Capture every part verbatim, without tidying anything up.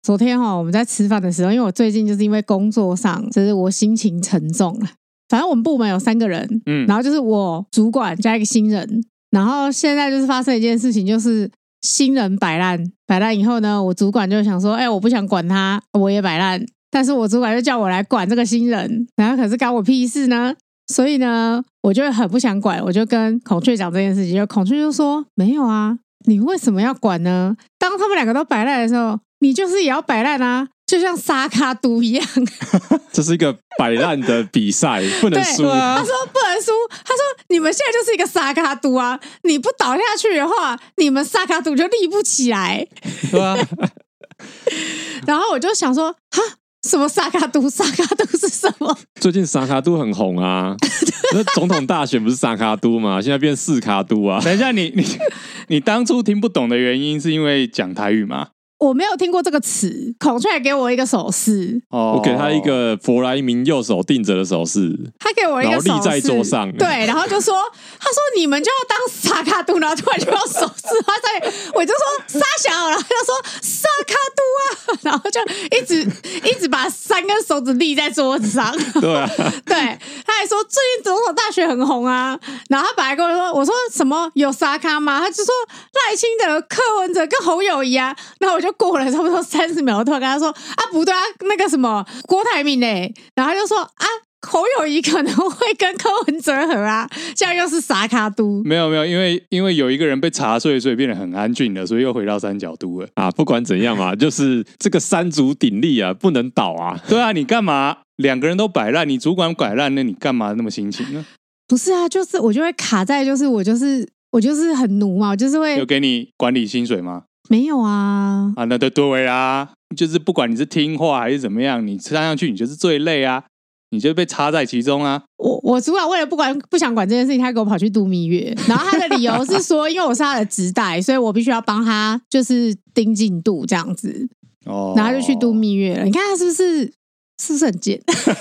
昨天哈、哦、我们在吃饭的时候，因为我最近就是因为工作上，就是我心情沉重了。反正我们部门有三个人，嗯，然后就是我主管加一个新人，然后现在就是发生一件事情，就是新人摆烂，摆烂以后呢，我主管就想说，哎、欸，我不想管他，我也摆烂，但是我主管就叫我来管这个新人，然后可是干我屁事呢？所以呢，我就很不想管，我就跟孔雀讲这件事情，就孔雀就说，没有啊，你为什么要管呢？当他们两个都摆烂的时候，你就是也要摆烂啊。就像沙卡都一样这是一个摆烂的比赛不能输。 他说不能输，他说你们现在就是一个沙卡都啊，你不倒下去的话，你们沙卡都就立不起来。 对啊。 然后我就想说哈，什么沙卡都？沙卡都是什么？ 最近沙卡都很红啊。那总统大选不是沙卡都吗？现在变四卡都啊。 等一下，你你你当初听不懂的原因是因为讲台语吗？ 我没有听过这个词，孔雀给我一个手势、 哦、我给他一个佛来明右手定着的手势， 他给我一个手势， 然后立在桌上， 对，然后就说，他说你们就要当沙卡都，然后突然就要手势，他在，我就说沙小，然后就说沙卡都啊，然后就一直一直把三根手指立在桌子上， 对啊， 对，他还说最近总统大选很红啊，然后他本来跟我说，我说什么有沙卡吗？他就说赖清德、柯文哲跟侯友宜啊，然后我就。就过了差不多三十秒，我突然跟他说啊，不对啊，那个什么郭台铭嘞，然后他就说啊，侯友宜可能会跟柯文哲合啊，这样又是沙卡都。 没有没有，因为因为有一个人被查税，所以变得很安静了，所以又回到三角都了啊。不管怎样嘛，就是这个三足鼎立啊，不能倒啊。 对啊，你干嘛两个人都摆烂，你主管摆烂，那你干嘛那么心情呢？ 不是啊，就是我就会卡在，就是我就是我就是很奴嘛，我就是会有给你管理薪水吗？ 没有啊， 啊，那就对啦，就是不管你是听话还是怎么样，你插上去你就是最累啊，你就被插在其中啊。 我我主管为了不管不想管这件事情，他给我跑去度蜜月，然后他的理由是说，因为我是他的直代，所以我必须要帮他就是盯进度这样子，哦，然后就去度蜜月了。你看他是不是是不是很贱？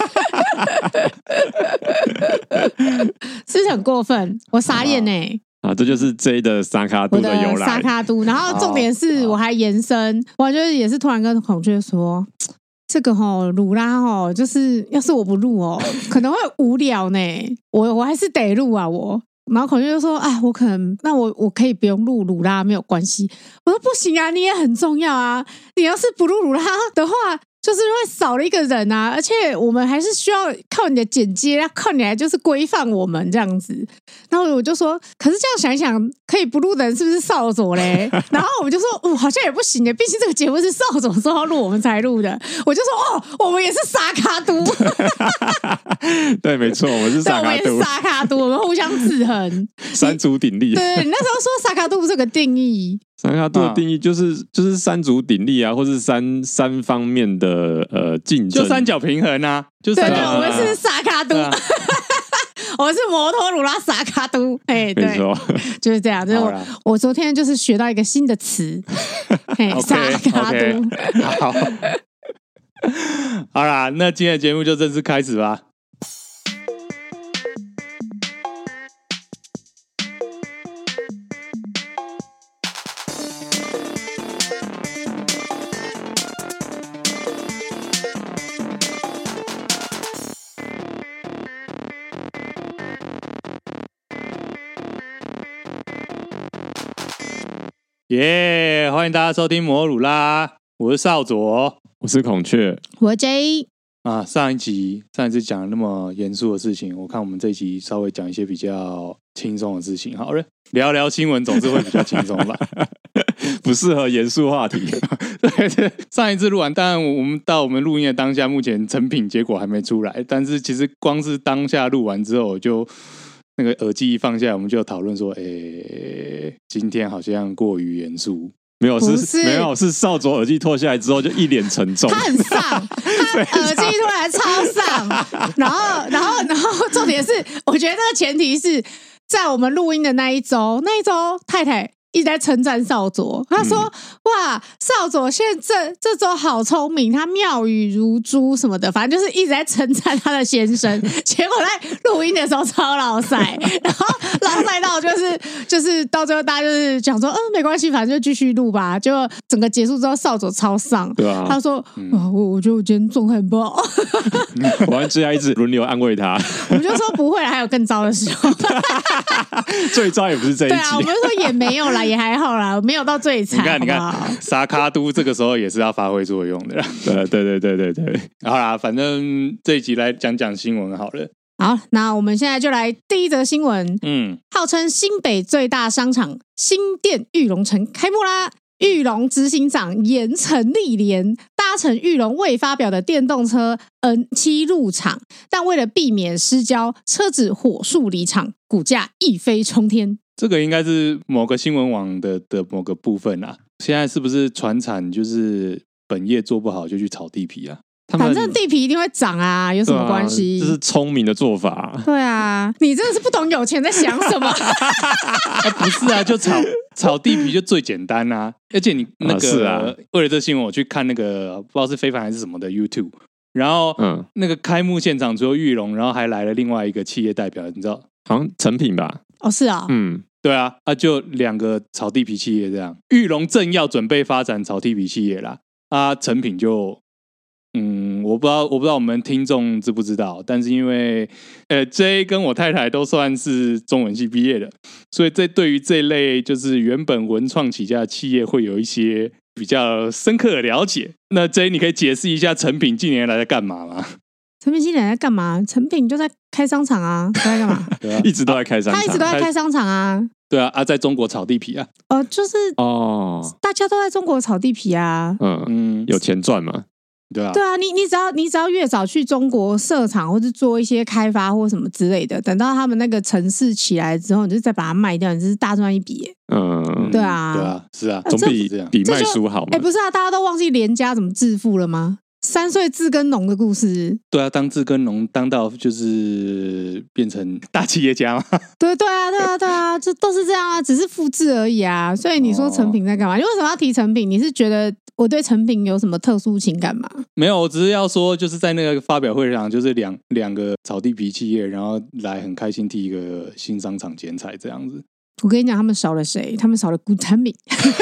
是不是很过分？我傻眼呢、欸。 啊，这就是 J 的沙卡都的由来。 沙卡都，然后重点是我还延伸，我就是也是突然跟孔雀说，这个吼鲁拉吼，就是要是我不录哦，可能会无聊呢。我我还是得录啊，我。然后孔雀就说，哎，我可能那我我可以不用录鲁拉，没有关系。我说不行啊，你也很重要啊，你要是不录鲁拉的话。就是会少了一个人啊，而且我们还是需要靠你的剪接，靠你来就是规范我们这样子。然后我就说，可是这样想一想，可以不录的人是不是少佐嘞？然后我们就说，哦，好像也不行耶，毕竟这个节目是少佐说要录我们才录的。我就说，哦，我们也是沙卡都。 对，没错，我们是沙卡都， 我们也是沙卡都，我们互相制衡， 三足鼎立。 对，你那时候说沙卡都不是有个定义？ 沙卡都的定义就是、啊、就是三足鼎立啊，或是三三方面的呃竞争， 就三角平衡啊，就三角。对对，我们是沙卡都，啊、我们是摩托鲁拉沙卡都，哎，对， 没错， 就是这样。就是我, 我昨天就是学到一个新的词，哎，沙卡都。 好，好啦，那今天的节目就正式开始吧。耶、yeah, 欢迎大家收听摩鲁拉，我是少佐， 我是孔雀， 我是 J 啊。上一集上一次讲了那么严肃的事情，我看我们这一集稍微讲一些比较轻松的事情好了，聊聊新闻总是会比较轻松吧。 不适合严肃话题。 对对，上一次录完，当然我们到我们录音的当下，目前成品结果还没出来，但是其实光是当下录完之后，我就那个耳机一放下来，我们就讨论说，诶，今天好像过于严肃。 没有 是, 是没有是少佐耳机脱下来之后就一脸沉重， 他很丧，他耳机突然超丧，然后然后然后重点是，我觉得这个前提是在我们录音的那一周，那一周太太一直在称赞少佐，他说、嗯、哇少佐现在这这周好聪明，他妙语如珠什么的，反正就是一直在称赞他的先生。结果在录音的时候超老塞，然后老塞到就是就是到最后大家就是讲说嗯没关系，反正就继续录吧。就整个结束之后少佐超丧， 对啊， 他说、嗯哦、我我觉得我今天状态很不好。 我跟志亚一直轮流安慰他， 我就说不会啦，还有更糟的时候。 最糟也不是这一集。 对啊，我们就说也没有啦，也还好啦，没有到最惨。 你看，你看，沙卡都这个时候也是要发挥作用的啦。 对对对对对对。 好啦，反正这一集来讲讲新闻好了。 好，那我们现在就来第一则新闻。 嗯， 号称新北最大商场新店玉龙城开幕啦！玉龙执行长严惩历连搭乘玉龙未发表的电动车 N 七 入场，但为了避免失焦，车子火速离场，股价一飞冲天。 这个应该是某个新闻网的的某个部分啊。现在是不是传产就是本业做不好就去炒地皮啊？ 反正地皮一定会涨啊，有什么关系？ 啊、这是聪明的做法。 对啊，你真的是不懂有钱在想什么。 啊、不是啊，就炒炒地皮就最简单啊。而且你那个、啊是啊、为了这新闻，我去看那个不知道是非凡还是什么的 YouTube， 然后、嗯、那个开幕现场除了玉龙，然后还来了另外一个企业代表，你知道？ 好像成品吧？ 哦，是啊、哦， 嗯。对啊，啊就两个炒地皮企业这样，玉龙正要准备发展炒地皮企业啦，啊成品就。嗯，我不知道，我不知道我们听众知不知道，但是因为呃 J 跟我太太都算是中文系毕业的，所以这对于这类就是原本文创起家的企业会有一些比较深刻的了解。那 J 你可以解释一下成品近年来在干嘛吗？ 成品近年来在干嘛？成品就在开商场啊，他在干嘛？ 对啊，一直都在开商场， 他一直都在开商场啊。 对啊，啊，在中国炒地皮啊。 哦、呃，就是哦， 大家都在中国炒地皮啊。 嗯嗯，有钱赚嘛。 对啊， 对啊，你你只要你只要越早去中国设厂，或是做一些开发或什么之类的，等到他们那个城市起来之后，你就再把它卖掉，你就是大赚一笔耶。 嗯， 对啊， 对啊，是啊， 总比这样比卖书好嘛。 哎，不是啊，大家都忘记连家怎么致富了吗？三岁自耕农的故事。 对啊，当自耕农当到就是变成大企业家嘛。 对对啊，对啊，对啊，这都是这样啊，只是复制而已啊。所以你说成品在干嘛？哦、你为什么要提成品？你是觉得我对成品有什么特殊情感吗？ 没有，我只是要说，就是在那个发表会上，就是两两个炒地皮企业，然后来很开心替一个新商场剪彩这样子。 我跟你讲，他们少了谁？他们少了古产品。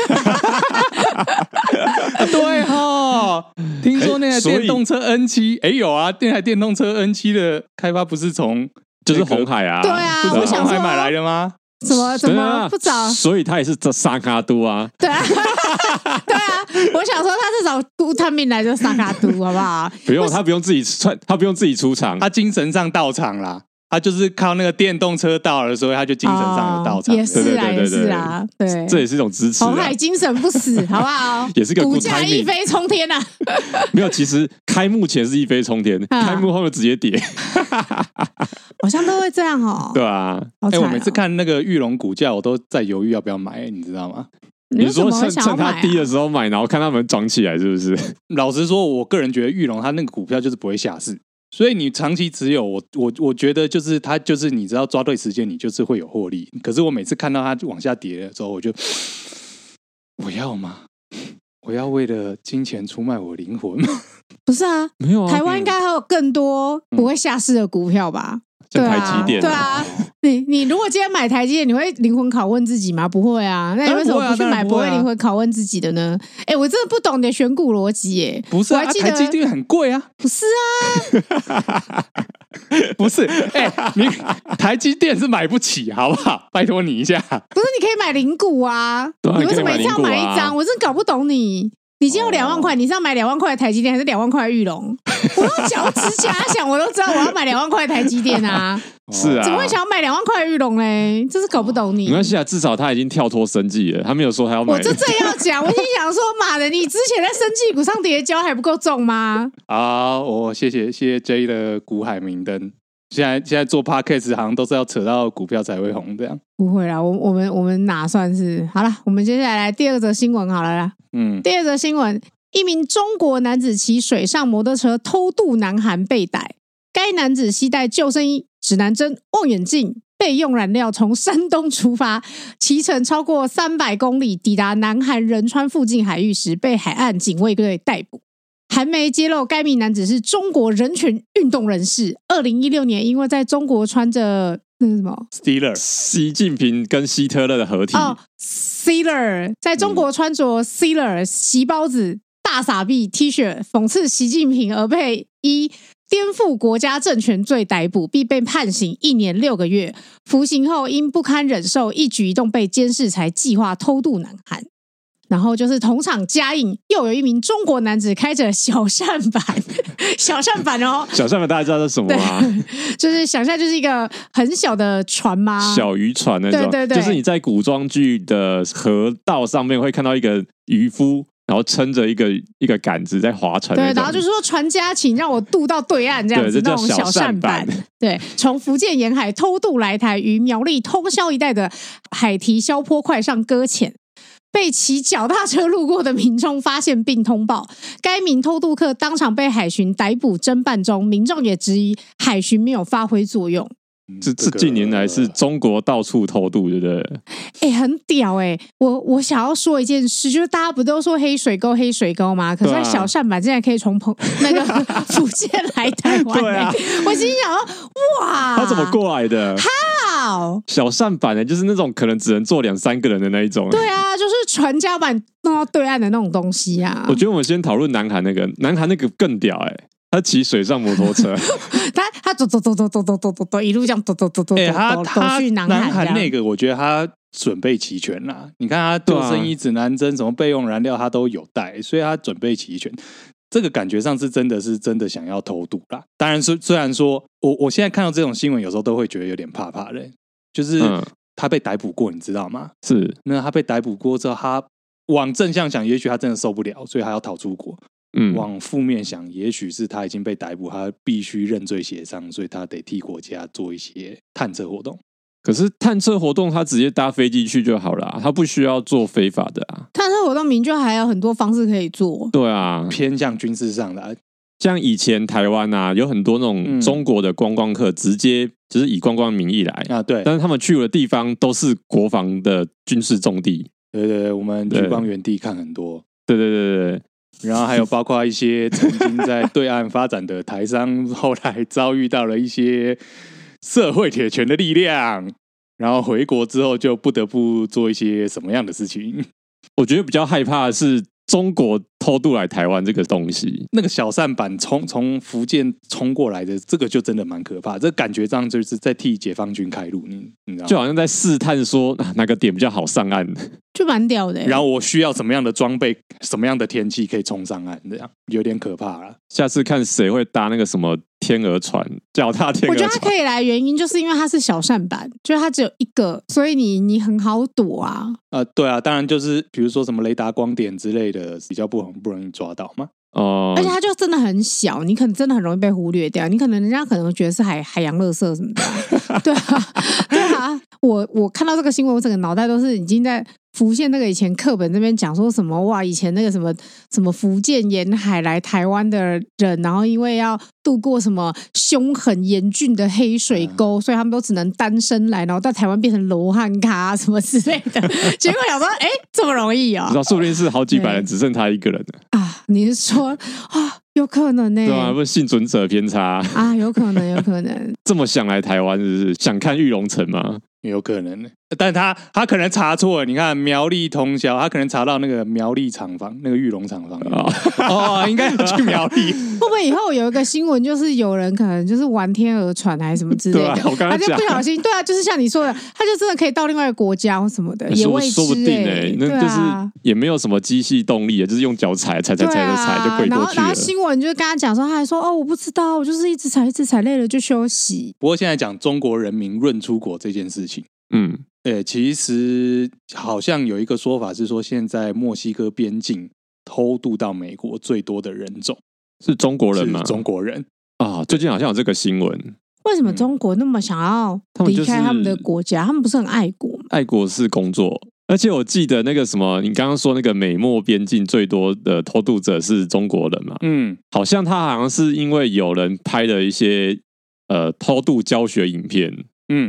对哦，听说那台电动车 N 七，哎有啊，那台电动车 N 七的开发不是从就是鸿海啊？ 对啊， 不是从鸿海买来的吗？ 什么怎么不找？ 所以他也是这沙卡都啊。 对啊，对啊，我想说他是找古产品来就沙卡都，好不好？ 不用，他不用自己出，他不用自己出场， 他精神上到场啦。他就是靠那个电动车到了，所以他就精神上有到场。 哦、也是啊，也是啊，对， 这也是一种支持、啊。 鸿海精神不死，好不好？ 也是个股价一飞冲天啊！ 没有，其实开幕前是一飞冲天，啊、开幕后就直接跌。 好像都会这样哦。 对啊， 哎、 欸，我每次看那个玉龙股价，我都在犹豫要不要买，你知道吗？ 你说趁趁它低的时候买，然后看他们涨起来，是不是？ 老实说，我个人觉得玉龙它那个股票就是不会下市。所以你长期持有，我我我觉得就是它就是你只要抓对时间，你就是会有获利。可是我每次看到它往下跌的时候，我就我要吗？我要为了金钱出卖我灵魂吗？ 不是啊， 没有啊， 台湾应该还有更多不会下市的股票吧？ 像台积电， 对啊，你你如果今天买台积电，你会灵魂拷问自己吗？不会啊，那你为什么不去买不会灵魂拷问自己的呢？哎，我真的不懂你的选股逻辑耶。 不是啊，台积电很贵啊。 不是啊， 不是，哎，你台积电是买不起，好不好？拜托你一下。 不是，你可以买零股啊，你为什么一定要买一张？我真的搞不懂你。你今天有两万块，你是要买两万块的台积电，还是两万块的玉龙？我用脚趾甲想，我都知道我要买两万块的台积电啊。 是啊， 怎么会想要买两万块的玉龙嘞？真是搞不懂你。 没关系啊，至少他已经跳脱生技了，他没有说他要买。 我这正要讲，我心想说，妈的，你之前在生技股上跌跤还不够重吗？ 好，我谢谢谢谢 J 的股海明灯。现在现在做 podcast 好像都是要扯到股票才会红这样。 不会啦，我我们我们哪算是好了？我们接下来来第二则新闻好了啦。嗯，第二则新闻。一名中国男子骑水上摩托车偷渡南韩被逮，该男子携带救生衣、指南针、望远镜， 备用燃料从山东出发，骑乘超过三百公里，抵达南韩仁川附近海域时，被海岸警卫队逮捕。韩媒揭露，该名男子是中国人权运动人士。二零一六年，因为在中国穿着那是什么 Steeler 习近平跟希特勒的合体哦 Steeler 在中国穿着 Steeler 席包子大傻逼 T 恤讽刺习近平而被依颠覆国家政权罪逮捕，并被判刑一年六个月。服刑后因不堪忍受一举一动被监视，才计划偷渡南韩。然后就是同场加映，又有一名中国男子开着小扇板，小扇板哦， 小扇板大家知道是什么吗？ 就是想象就是一个很小的船吗？ 小渔船那种， 对对对， 就是你在古装剧的河道上面会看到一个渔夫，然后撑着一个一个杆子在划船， 对，然后就是说船家，请让我渡到对岸这样子，那种小扇板，对，从福建沿海偷渡来台，于苗栗通霄一带的海堤消波块上搁浅。被骑脚踏车路过的民众发现并通报，该名偷渡客当场被海巡逮捕侦办中，民众也质疑海巡没有发挥作用。 这这近年来是中国到处偷渡，对不对？ 哎、欸，很屌哎、欸！我我想要说一件事，就是大家不都说黑水沟黑水沟吗？可是在小扇板竟然可以从澎那个福建来台湾、欸，对啊！我心想说，哇， 他怎么过来的？ 好， 小扇板呢、欸，就是那种可能只能坐两三个人的那一种。 对啊，就是船家把你弄到对岸的那种东西啊。 我觉得我们先讨论南韩那个，南韩那个更屌哎、欸。他骑水上摩托车， 他他走走走走走走走走走，一路这样走走走走走走去南韩。南韩那个，我觉得他准备齐全啦。你看他救生衣、指南针、什么备用燃料，他都有带，所以他准备齐全。这个感觉上是真的是真的想要偷渡啦。当然是虽然说我我现在看到这种新闻，有时候都会觉得有点怕怕的，就是他被逮捕过，你知道吗？ 是， 那他被逮捕过之后，他往正向想，也许他真的受不了，所以他要逃出国。嗯，往负面想，也许是他已经被逮捕，他必须认罪协商，所以他得替国家做一些探测活动。 可是探测活动，他直接搭飞机去就好了、啊，他不需要做非法的啊。 探测活动明就还有很多方式可以做。 对啊， 偏向军事上的、啊， 像以前台湾啊，有很多那种中国的观光客，直接就是以观光名义来啊，对， 但是他们去的地方都是国防的军事重地。 对对对，我们去光原地看很多。 对对对对对。 然后还有包括一些曾经在对岸发展的台商，后来遭遇到了一些社会铁拳的力量，然后回国之后就不得不做一些什么样的事情？ 我觉得比较害怕的是中国偷渡来台湾这个东西， 那个小扇板从从福建冲过来的，这个就真的蛮可怕。这感觉上就是在替解放军开路，你你知道吗？ 就好像在试探说、啊、哪个点比较好上岸， 就蛮屌的、欸。 然后我需要什么样的装备、什么样的天气可以冲上岸，这样有点可怕了。 下次看谁会搭那个什么天鹅船，脚踏天鹅船。 我觉得它可以来原因就是因为它是小扇板，就是它只有一个，所以你你很好躲啊。 呃，对啊，当然就是比如说什么雷达光点之类的，比较不容不容易抓到嘛。 哦、 而且它就真的很小，你可能真的很容易被忽略掉。你可能人家可能觉得是海海洋垃圾什么的、啊，对啊，对啊。我我看到这个新闻，我整个脑袋都是已经在浮现那个以前课本那边讲说什么哇，以前那个什么什么福建沿海来台湾的人，然后因为要渡过什么凶狠严峻的黑水沟，嗯、所以他们都只能单身来，然后到台湾变成罗汉咖什么之类的。结果想说，哎，这么容易哦？ 知道，说不定是好几百人，只剩他一个人了啊！你是说啊？有可能呢、欸， 对啊，不是幸存者偏差啊，有可能，有可能。 这么想来台湾，是不是想看玉龙城吗？ 有可能，但他他可能查错了。你看苗栗通霄，他可能查到那个苗栗厂房，那个玉龙厂房哦, 哦，应该要去苗栗。 会不会以后有一个新闻，就是有人可能就是玩天鹅船还是什么之类的， 对啊、我刚刚他就不小心，对啊，就是像你说的，他就真的可以到另外一个国家或什么的，也未知、欸、 说不定哎、欸，那就是也没有什么机器动力，就是用脚踩踩踩踩踩踩就跪过去了。 然后然后新闻就跟他讲说，他还说哦，我不知道，我就是一直踩一直踩，累了就休息。 不过现在讲中国人民润出国这件事情。嗯，对，其实好像有一个说法是说，现在墨西哥边境偷渡到美国最多的人种是中国人吗？ 是中国人啊！最近好像有这个新闻。 为什么中国那么想要离开他们的国家？他们不是很爱国吗？ 爱国是工作，而且我记得那个什么，你刚刚说那个美墨边境最多的偷渡者是中国人嘛？嗯，好像他好像是因为有人拍了一些呃偷渡教学影片，嗯。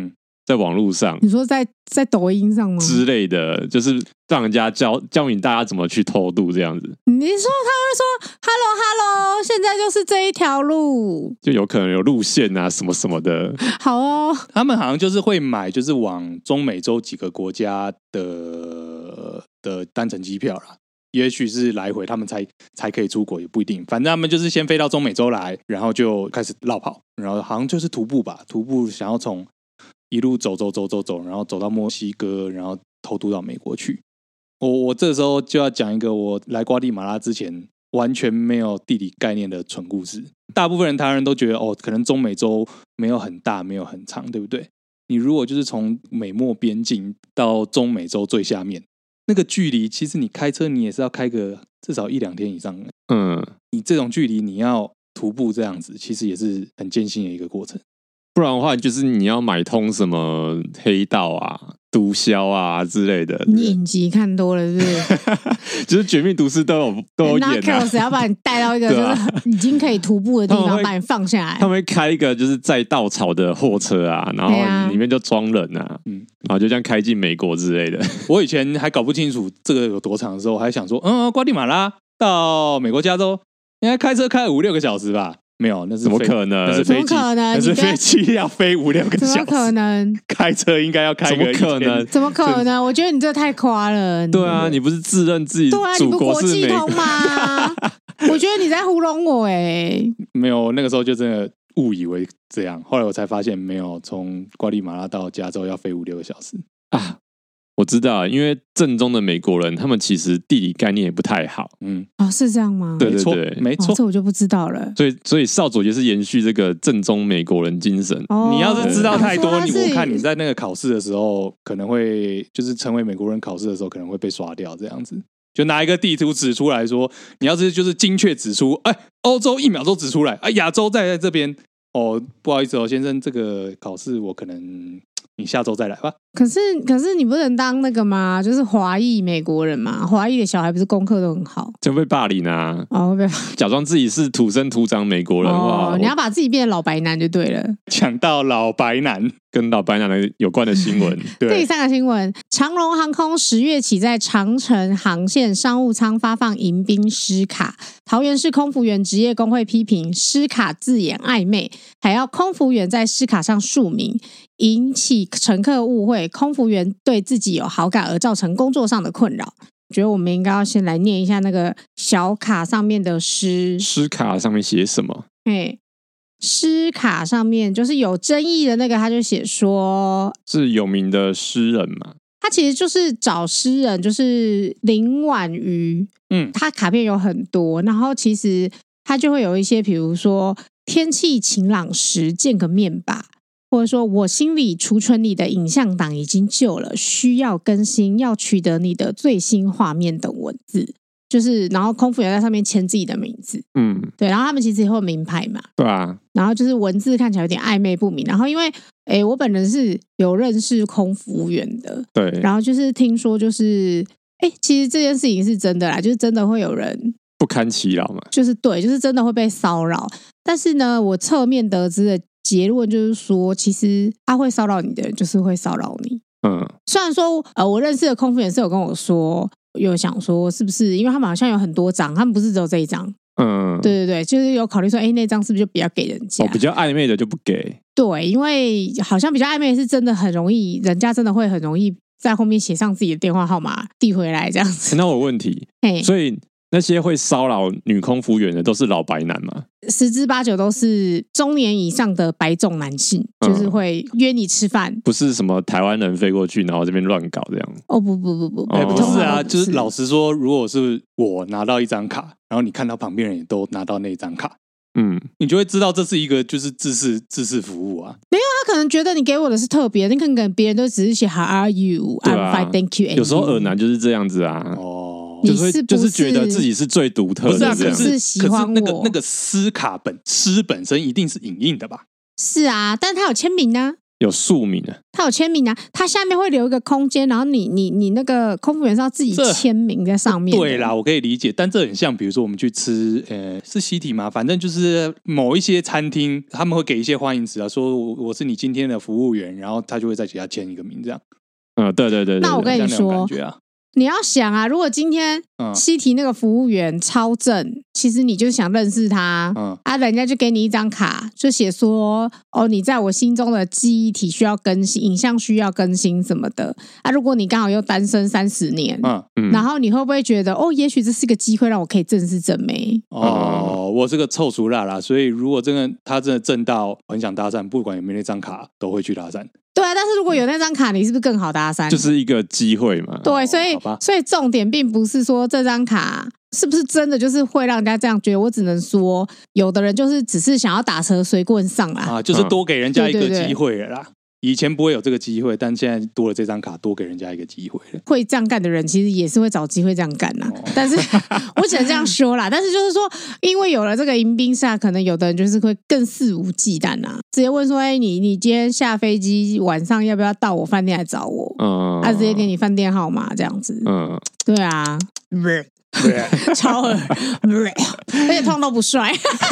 在网络上。 你说在在抖音上吗？ 之类的，就是让人家教教你大家怎么去偷渡这样子。 你说他会说 “hello hello”， 现在就是这一条路， 就有可能有路线啊，什么什么的。 好哦， 他们好像就是会买，就是往中美洲几个国家的的单程机票啦。也许是来回，他们才才可以出国，也不一定。反正他们就是先飞到中美洲来，然后就开始绕跑，然后好像就是徒步吧，徒步想要从一路走走走走走，然后走到墨西哥，然后偷渡到美国去。我我这时候就要讲一个我来瓜地马拉之前完全没有地理概念的蠢故事。大部分人台湾人都觉得哦，可能中美洲没有很大，没有很长，对不对？你如果就是从美墨边境到中美洲最下面。那个距离，其实你开车你也是要开个至少一两天以上的。嗯，你这种距离你要徒步这样子，其实也是很艰辛的一个过程。 不然的话，就是你要买通什么黑道啊、毒枭啊之类的。 你影集看多了是不是？ 就是《绝命毒师》都有都有演啊。 Narcos 要把你带到一个就是已经可以徒步的地方，把你放下来。 他们会开一个就是载稻草的货车啊，然后里面就装人啊，嗯，然后就这样开进美国之类的。 我以前还搞不清楚这个有多长的时候，我还想说，嗯，瓜地马拉到美国加州应该开车开五六个小时吧。没有，那是怎么可能？ 那是飞机， 怎么可能？ 那是飞机要飞五六个小时， 怎么可能？ 开车应该要开个一天， 怎么可能？ 怎么可能？我觉得你这太夸了。 对啊，你不是自认自己对啊，你不国际通吗？我觉得你在糊弄我哎、欸。 没有，那个时候就真的误以为这样，后来我才发现没有，从瓜地马拉到加州要飞五六个小时啊。我知道，因为正宗的美国人，他们其实地理概念也不太好。 嗯，哦，是这样吗？ 对对对， 没错、 哦，这我就不知道了。 所以，所以少佐也是延续这个正宗美国人精神。 哦、 你要是知道太多，你我看你在那个考试的时候，可能会就是成为美国人考试的时候，可能会被刷掉这样子。就拿一个地图指出来说，你要是就是精确指出，哎，欧洲一秒钟指出来，哎，亚洲在在这边。哦，不好意思哦，先生，这个考试我可能你下周再来吧。 可是，可是你不能当那个吗？就是华裔美国人嘛，华裔的小孩不是功课都很好， 就被霸凌啊！ 哦，被假装自己是土生土长美国人哦，你要把自己变成老白男就对了。 讲到老白男， 跟老白男的有关的新闻， 对。 第三个新闻，长荣航空十月起在长程航线商务舱发放迎宾诗卡，桃园市空服员职业工会批评诗卡字眼暧昧，还要空服员在诗卡上署名，引起乘客误会，空服员对自己有好感而造成工作上的困扰。觉得我们应该要先来念一下那个小卡上面的诗。 诗卡上面写什么？ 嘿，诗卡上面就是有争议的那个，他就写说是有名的诗人嘛。 他其实就是找诗人，就是林婉瑜。嗯，他卡片有很多，然后其实他就会有一些，比如说天气晴朗时见个面吧。或者说我心里储存你的影像档已经旧了，需要更新，要取得你的最新画面等文字，就是然后空服员在上面签自己的名字，嗯，对，然后他们其实也会有名牌嘛， 对啊， 然后就是文字看起来有点暧昧不明，然后因为诶我本人是有认识空服员的， 对， 然后就是听说就是诶其实这件事情是真的啦，就是真的会有人不堪其扰嘛， 就是对，就是真的会被骚扰，但是呢，我侧面得知的结论就是说，其实他会骚扰你的人，就是会骚扰你。嗯，虽然说，呃，我认识的空服员是有跟我说，有想说是不是，因为他们好像有很多张，他们不是只有这一张。嗯，对对对，就是有考虑说，哎，那张是不是就不要给人家？ 哦，比较暧昧的就不给。 对，因为好像比较暧昧的是真的很容易，人家真的会很容易在后面写上自己的电话号码递回来这样子。 那我有问题，所以。那些会骚扰女空服员的都是老白男吗？ 十之八九都是中年以上的白种男性，嗯、就是会约你吃饭， 不是什么台湾人飞过去然后这边乱搞这样。 哦不不不不， 哎、欸、不是啊，就是老实说，如果是我拿到一张卡，然后你看到旁边人也都拿到那一张卡，嗯，你就会知道这是一个就是制式制式服务啊。 没有，他可能觉得你给我的是特别，你可能别人都只是写 How are you? I'm fine, thank you. 有时候耳男就是这样子啊。哦。就是会就是觉得自己是最独特的， 不是啊？可是喜欢我。 可是那个那个诗卡本诗本身一定是影印的吧？ 是啊，但是他有签名呢、啊。 有署名啊， 他有签名啊，他下面会留一个空间，然后你你你那个空服员是要自己签名在上面。 对啦，我可以理解，但这很像，比如说我们去吃，呃，是西体吗？反正就是某一些餐厅，他们会给一些欢迎词啊，说我我是你今天的服务员，然后他就会在底下签一个名，这样。 嗯，对对 对, 对, 对。 那我跟你说， 啊、 你要想啊，如果今天西体那个服务员超正，其实你就想认识他，嗯、啊，人家就给你一张卡，就写说哦，你在我心中的记忆体需要更新，影像需要更新什么的啊。如果你刚好又单身三十年，嗯嗯，然后你会不会觉得哦，也许这是个机会，让我可以正式正妹？ 哦，我是个臭俗辣啦，所以如果真的他真的正到很想搭讪，不管有没有那张卡，都会去搭讪。 对啊，但是如果有那张卡，你是不是更好搭讪？ 就是一个机会嘛。 对，所以、哦、所以重点并不是说这张卡是不是真的就是会让人家这样觉得，我只能说，有的人就是只是想要打蛇随棍上啦， 啊，就是多给人家一个机会了啦。嗯，对对对，以前不会有这个机会，但现在多了这张卡，多给人家一个机会了。 会这样干的人，其实也是会找机会这样干啦。哦、但是我只能这样说啦。但是就是说，因为有了这个迎宾煞，可能有的人就是会更肆无忌惮啊，直接问说：“哎、欸，你你今天下飞机晚上要不要到我饭店来找我？”嗯，他、啊、直接给你饭店号码这样子。嗯，对啊。超恶，而且通常都不帅，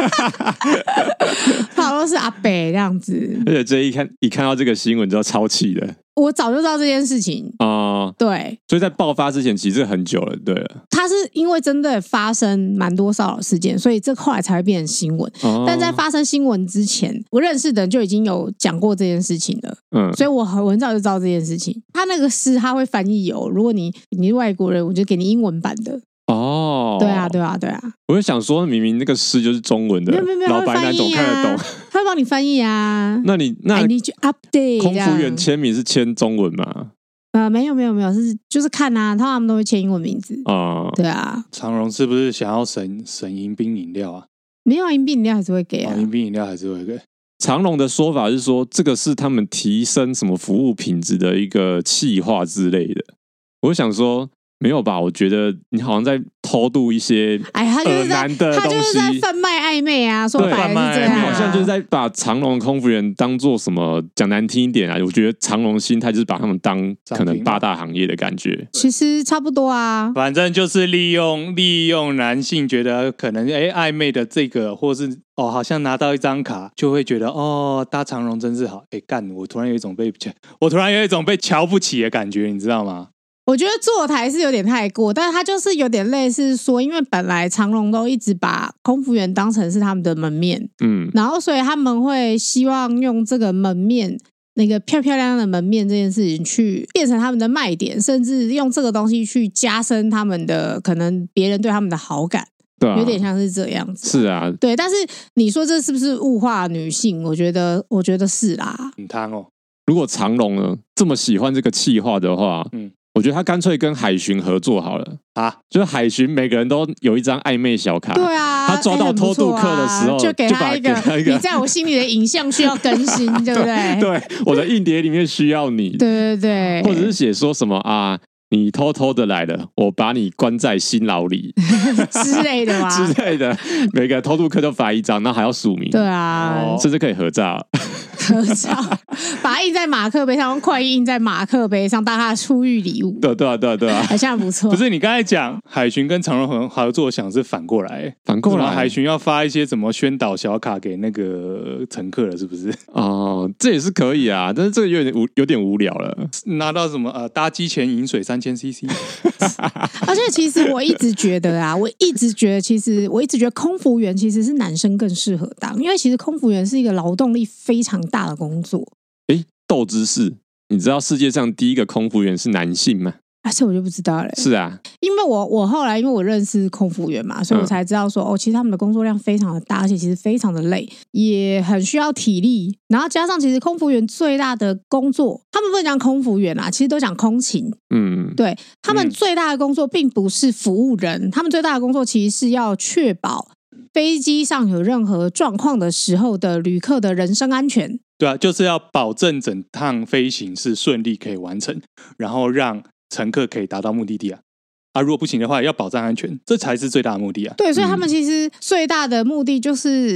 通常都是阿北这样子。 而且这一看一看到这个新闻，就要超气的。 我早就知道这件事情啊、呃，对， 所以在爆发之前其实很久了，对了。 它是因为真的发生蛮多骚扰事件，所以这后来才会变成新闻。哦、但在发生新闻之前，我认识的人就已经有讲过这件事情了。嗯，所以我很早就知道这件事情。他那个诗他会翻译哦，如果你你是外国人，我就给你英文版的。哦，对啊，对啊，对啊！ 我就想说，明明那个诗就是中文的， 没有没有没有， 老白男总看得懂， 他会帮你翻译啊。 那你那 I need you update， 空服员签名是签中文吗？ 呃，没有没有没有，是就是看啊，他们都会签英文名字啊。对啊， 长荣是不是想要省省迎宾饮料啊？ 没有，迎宾饮料还是会给啊， 迎宾饮料还是会给。 长荣的说法是说，这个是他们提升什么服务品质的一个企划之类的。我想说。没有吧？我觉得你好像在偷渡一些耳男的东西， 他就是在贩卖暧昧啊！说白了是这样， 好像就是在把长荣空服员当做什么，讲难听一点啊，我觉得长荣心态就是把他们当可能八大行业的感觉。 其实差不多啊， 反正就是利用利用男性觉得可能哎暧昧的这个，或是哦好像拿到一张卡就会觉得哦搭长荣真是好，哎干！我突然有一种被我突然有一种被瞧不起的感觉，你知道吗？ 我觉得坐台是有点太过，但是他就是有点类似说，因为本来长荣都一直把空服员当成是他们的门面，嗯，然后所以他们会希望用这个门面，那个漂漂亮亮的门面这件事情去变成他们的卖点，甚至用这个东西去加深他们的可能别人对他们的好感，对啊，有点像是这样子。 是啊， 对，但是你说这是不是物化女性？我觉得，我觉得是啦。 很汤哦。 如果长荣呢这么喜欢这个企划的话，嗯。我觉得他干脆跟海巡合作好了啊！就是海巡每个人都有一张暧昧小卡， 对啊， 他抓到偷渡客的时候， 欸啊、就给他一个，你在我心里的影像需要更新，对不对？ 对，我的硬碟里面需要你， 对对对， 或者是写说什么啊？你偷偷的来了，我把你关在新牢里之类的吗？ 之类的，每个偷渡客都发一张，然后还要署名， 对啊， 甚至可以合照。 合照，把它印在马克杯上，用快印在马克杯上，当他的出狱礼物。 对对啊，对啊，对啊， 好像不错。 不是你刚才讲海巡跟长荣合作，想是反过来， 反过来， 海巡要发一些什么宣导小卡给那个乘客了，是不是？ 哦，这也是可以啊，但是这个有点无有点无聊了。 拿到什么呃，搭机前饮水三千 C C。 而且其实我一直觉得啊，我一直觉得，其实我一直觉得空服员其实是男生更适合当，因为其实空服员是一个劳动力非常大的工作。 哎，斗知识，你知道世界上第一个空服员是男性吗？ 啊，这我就不知道了。 是啊， 因为我我后来因为我认识空服员嘛，所以我才知道说、嗯、哦，其实他们的工作量非常的大，而且其实非常的累，也很需要体力。然后加上其实空服员最大的工作，他们不能讲空服员啦，其实都讲空勤。嗯，对，他们最大的工作并不是服务人，他们最大的工作其实是要确保飞机上有任何状况的时候的旅客的人身安全。 对啊，就是要保证整趟飞行是顺利可以完成，然后让乘客可以达到目的地啊！啊，如果不行的话，要保障安全，这才是最大的目的啊！ 对，所以他们其实最大的目的就是，嗯、其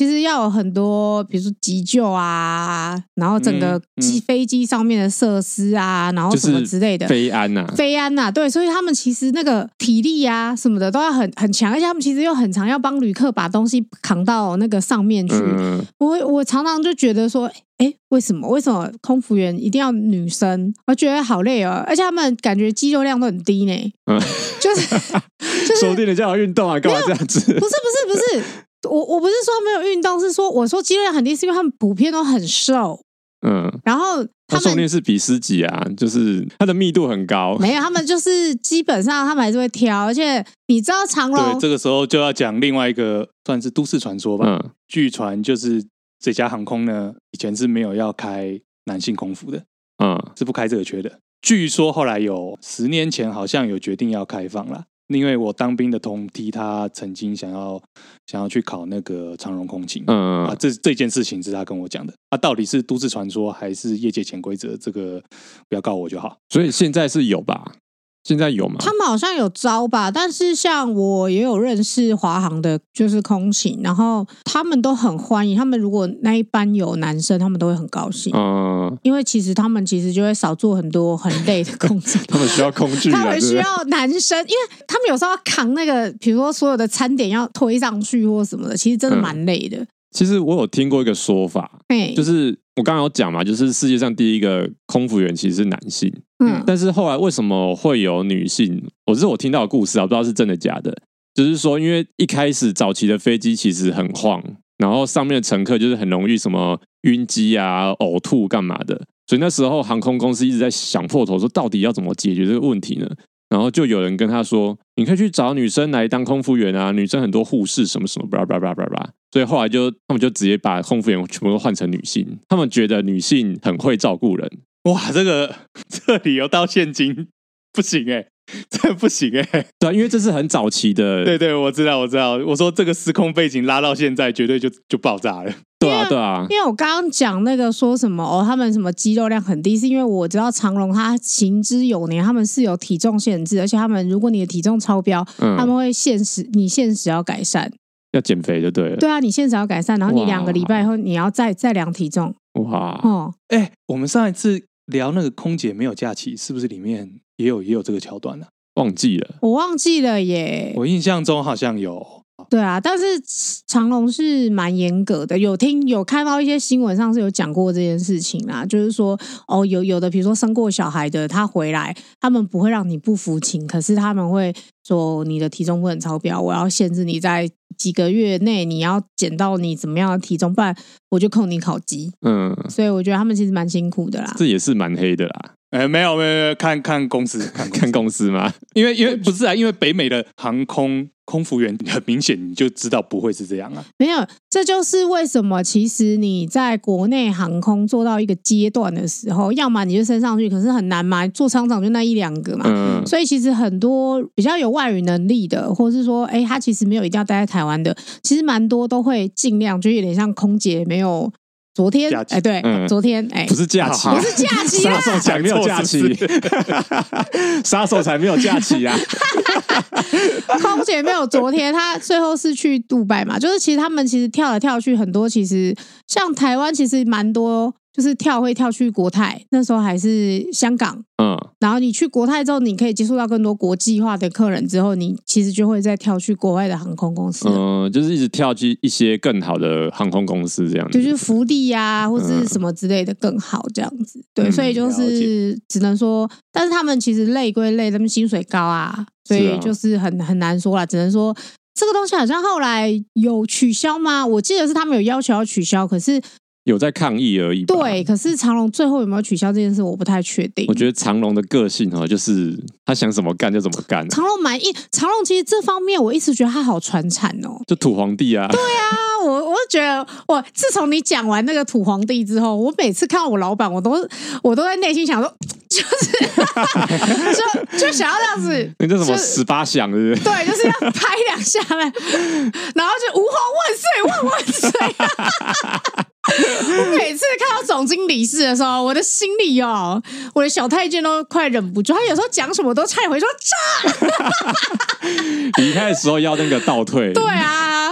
其实要有很多，比如说急救啊，然后整个机、嗯嗯、飞机上面的设施啊，然后什么之类的， 飞安呐、啊， 飞安呐、啊，对，所以他们其实那个体力啊什么的都要很很强，而且他们其实又很常要帮旅客把东西扛到那个上面去。嗯、我我常常就觉得说，哎，为什么为什么空服员一定要女生？我觉得好累哦，而且他们感觉肌肉量都很低呢，嗯、就是。就是、说不定人家有运动啊，干嘛这样子？ 不是不是不是，我我不是说他没有运动，是说我说肌肉量很低，是因为他们普遍都很瘦。嗯，然后他们说不定是比司机啊，就是它的密度很高。 没有，他们就是基本上他们还是会挑，而且你知道长荣， 对，这个时候就要讲另外一个算是都市传说吧。嗯，据传就是这家航空呢，以前是没有要开男性空服的，嗯，是不开这个缺的。据说后来有十年前好像有决定要开放啦。因为我当兵的同梯，他曾经想要想要去考那个长荣空勤，嗯啊，这这件事情是他跟我讲的。啊，到底是都市传说还是业界潜规则？这个不要告我就好。 所以现在是有吧？现在有吗？ 他们好像有招吧，但是像我也有认识华航的，就是空勤，然后他们都很欢迎。他们如果那一班有男生，他们都会很高兴。嗯，因为其实他们其实就会少做很多很累的工作。 他们需要工具， 他们需要男生，因为他们有时候要扛那个，比如说所有的餐点要推上去或什么的，其实真的蛮累的。嗯， 其实我有听过一个说法，就是我刚刚有讲嘛，就是世界上第一个空服员其实是男性，嗯，但是后来为什么会有女性？我是我听到的故事啊，不知道是真的假的。就是说，因为一开始早期的飞机其实很晃，然后上面的乘客就是很容易什么晕机啊、呕吐干嘛的，所以那时候航空公司一直在想破头，说到底要怎么解决这个问题呢？然后就有人跟他说，你可以去找女生来当空服员啊，女生很多护士什么什么 blah blah blah blah blah。所以后来就他们就直接把空服员全部都换成女性，他们觉得女性很会照顾人。 哇，这个这理由到现今不行哎、欸，这不行哎、欸。 对、啊，因为这是很早期的。 对对，我知道我知道。我说这个时空背景拉到现在，绝对就就爆炸了。 对啊，对啊， 因为我刚刚讲那个说什么哦，他们什么肌肉量很低，是因为我知道长荣它行之有年，他们是有体重限制，而且他们如果你的体重超标，嗯、他们会限时，你限时要改善， 要减肥就对了。 对啊，你限时要改善，然后你两个礼拜以后你要再再量体重。 哇， 哦，哎、欸，我们上一次聊那个空姐没有假期，是不是里面也有也有这个桥段呢、啊？ 忘记了， 我忘记了耶。 我印象中好像有。 对啊，但是长荣是蛮严格的，有听有看到一些新闻上是有讲过这件事情啦，就是说哦，有有的比如说生过小孩的，他回来他们不会让你不服勤，可是他们会说你的体重不能超标，我要限制你在几个月内你要减到你怎么样的体重，不然我就扣你考绩。嗯，所以我觉得他们其实蛮辛苦的啦， 这也是蛮黑的啦。 哎、欸，没有没有没有，看看公司，看看公司吗？ 因为因为不是啊，因为北美的航空空服员很明显你就知道不会是这样啊。 没有，这就是为什么其实你在国内航空做到一个阶段的时候，要么你就升上去，可是很难嘛，做舱长就那一两个嘛。嗯、所以其实很多比较有外语能力的，或是说，哎，他其实没有一定要待在台湾的，其实蛮多都会尽量，就有点像空姐没有。昨天哎，对，嗯、昨天哎， 不是假期， 不是假期啊， 杀手才没有假期，杀手才没有假期啊！ 空姐没有昨天，她最后是去杜拜嘛，就是其实他们其实跳来跳去很多，其实像台湾其实蛮多。就是跳会跳去国泰，那时候还是香港，嗯，然后你去国泰之后，你可以接触到更多国际化的客人之后，你其实就会再跳去国外的航空公司， 嗯，就是一直跳去一些更好的航空公司这样子， 就是福利呀、啊、或是什么之类的更好这样子，对，嗯、所以就是只能说，但是他们其实累归累，他们薪水高啊，所以就是很很难说啦，只能说这个东西好像后来有取消吗？我记得是他们有要求要取消，可是。 有在抗议而已吧。 对，可是长荣最后有没有取消这件事，我不太确定。 我觉得长荣的个性哈，就是他想怎么干就怎么干、啊。 长荣蛮硬，长荣其实这方面我一直觉得他好传产哦， 就土皇帝啊。 对啊，我我就觉得我自从你讲完那个土皇帝之后，我每次看到我老板，我都我都在内心想说，就是就就想要这样子。 那叫什么十八响，是不是？ 对，就是要拍两下来，然后就吾皇万岁万万岁。我每次看到总经理事的时候，我的心里哦，我的小太监都快忍不住。他有时候讲什么都差点会说炸。 离开的时候要那个倒退。 对啊，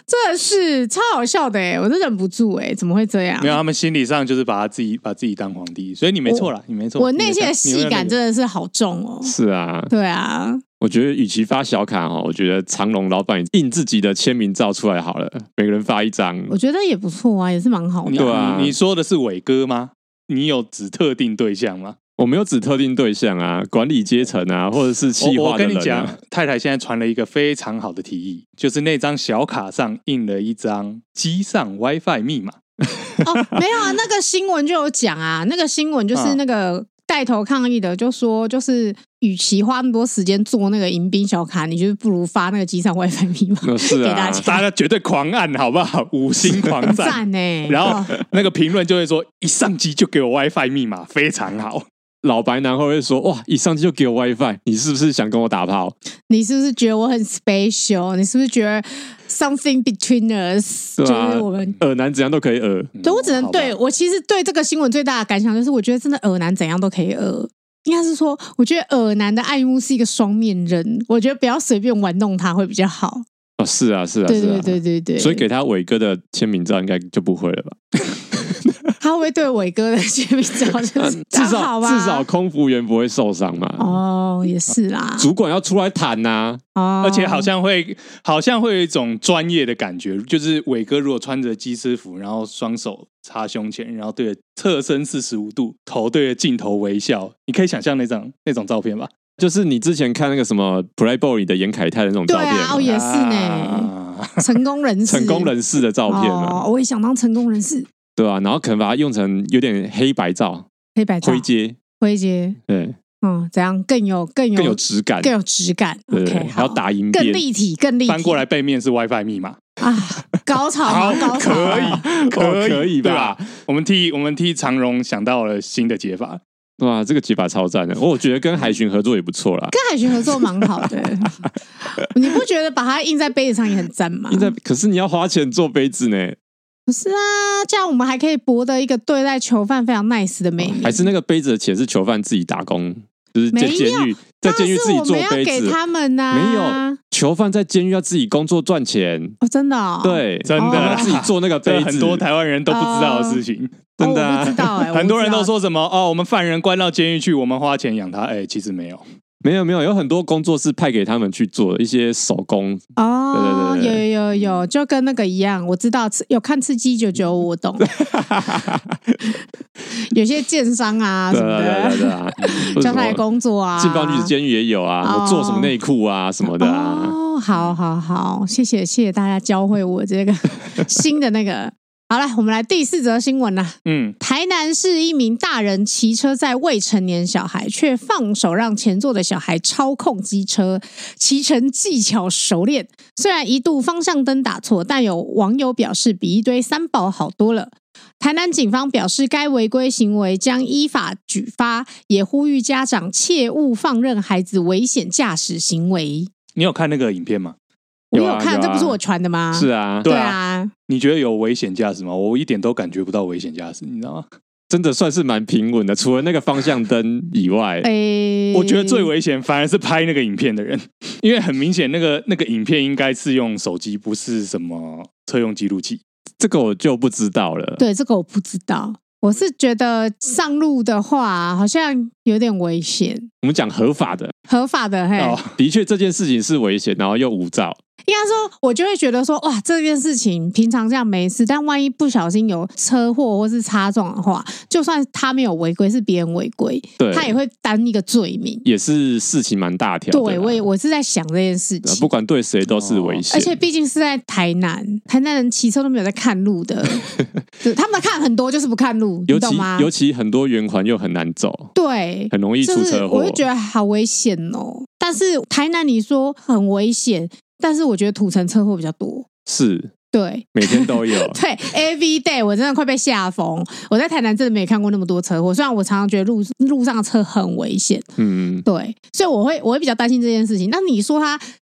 真的是超好笑的哎，我都忍不住哎，怎么会这样？ 没有，他们心理上就是把他自己把自己当皇帝，所以你没错啦，你没错。 我内心的戏感真的是好重哦。 是啊， 对啊。 我觉得与其发小卡哦，我觉得长荣老板印自己的签名照出来好了，每个人发一张， 我觉得也不错啊，也是蛮好的。 对啊， 你, 你说的是伟哥吗？你有指特定对象吗？ 我没有指特定对象啊，管理阶层啊，或者是企划的人、啊。 我跟你讲，太太现在传了一个非常好的提议，就是那张小卡上印了一张机上 WiFi 密码。 哦，没有啊，那个新闻就有讲啊，那个新闻就是那个带头抗议的，就说就是与其花那么多时间做那个迎宾小卡，你就不如发那个机上 WiFi 密码、 是啊、 给大家， 大家绝对狂按好不好？五星狂赞赞欸， 然后那个评论就会说，一上机就给我 WiFi 密码，非常好。 老白男会不会说，哇，一上机就给我 WiFi， 你是不是想跟我打炮？ 你是不是觉得我很 special？ 你是不是觉得 something between us？ 对啊， 就是我们耳男怎样都可以耳。 对，我只能对我其实对这个新闻最大的感想就是，我觉得真的耳男怎样都可以耳。应该是说，我觉得耳男的爱慕是一个双面人，我觉得不要随便玩弄他会比较好。 哦，是啊，是啊， 对对对对对， 所以给他伟哥的签名照应该就不会了吧？ 他会不会对伟哥的签名照就是至少至少空服员不会受伤嘛？ 哦，也是啦， 主管要出来谈呐、 啊，哦， 而且好像会好像会有一种专业的感觉，就是伟哥如果穿着机师服，然后双手插胸前，然后对着侧身四十五度，头对着镜头微笑，你可以想象那种那种照片吧？ 就是你之前看那个什么 Playboy 的严凯泰的那种照片， 对啊，哦，也是呢、啊，成功人士， 成功人士的照片嘛、 哦，我也想当成功人士。 对啊，然后可能把它用成有点黑白照， 黑白照， 灰阶， 灰阶， 对， 嗯，怎样更有更有更有质感， 更有质感。 对 ，OK， 还要打银更立体，更立体。 翻过来背面是 WiFi 密码啊，高潮吗？高潮， 可以，可以， 可以吧？ 对吧？我们替我们替长荣想到了新的解法。 哇，这个解法超赞的！我觉得跟海巡合作也不错啦， 跟海巡合作蛮好的。你不觉得把它印在杯子上也很赞吗？ 印在，可是你要花钱做杯子呢。 不是啊，这样我们还可以博得一个对待囚犯非常 nice 的美女。 还是那个杯子的钱是囚犯自己打工，就是在监狱在监狱自己做杯子， 我们要给他们啊。 没有，囚犯在监狱要自己工作赚钱。 哦，真的哦， 对， 真的、 哦、 自己做那个杯子， 很多台湾人都不知道的事情。 哦真的、啊哦、我不知道哎、欸， 很多人都说什么哦，我们犯人关到监狱去，我们花钱养他。哎、欸，其实没有， 没有没有，有很多工作是派给他们去做一些手工。 哦， 对对对对， 有有有，就跟那个一样，我知道有看《刺激一九九五》，我懂。有些建商啊什么的， 对对对啊， 叫他来工作啊。 劲爆女子监狱也有啊，我、哦、做什么内裤啊什么的啊。 哦，好好好，谢谢谢谢大家教会我这个新的那个。好了，我们来第四则新闻啦。 嗯， 台南市一名大人骑车载未成年小孩，却放手让前座的小孩操控机车，骑乘技巧熟练。虽然一度方向灯打错，但有网友表示比一堆三宝好多了。台南警方表示，该违规行为将依法举发，也呼吁家长切勿放任孩子危险驾驶行为。 你有看那个影片吗？ 我有看，有啊、这不是我传的吗？ 是啊， 对啊。 你觉得有危险驾驶吗？我一点都感觉不到危险驾驶，你知道吗？ 真的算是蛮平稳的，除了那个方向灯以外， 欸、 我觉得最危险反而是拍那个影片的人，因为很明显，那个那个影片应该是用手机，不是什么车用记录器。 这个我就不知道了。 对，这个我不知道。我是觉得上路的话，好像有点危险。 我们讲合法的， 合法的，嘿， 哦、的确这件事情是危险，然后又无照。 应该说，我就会觉得说，哇，这件事情平常这样没事，但万一不小心有车祸或是擦撞的话，就算他没有违规，是别人违规，他也会担一个罪名， 也是事情蛮大条的。 对，我也我是在想这件事情， 不管对谁都是危险、哦。 而且毕竟是在台南，台南人骑车都没有在看路的，对，他们看很多就是不看路， 尤其你懂吗？ 尤其很多圆环又很难走， 对， 很容易出车祸。 我就觉得好危险哦。但是台南你说很危险。但是我觉得土城车祸比较多， 是， 对， 每天都有， 对 ，every day， 我真的快被吓疯。我在台南真的没看过那么多车祸，虽然我常常觉得路路上的车很危险，嗯，对，所以我会我会比较担心这件事情。那你说他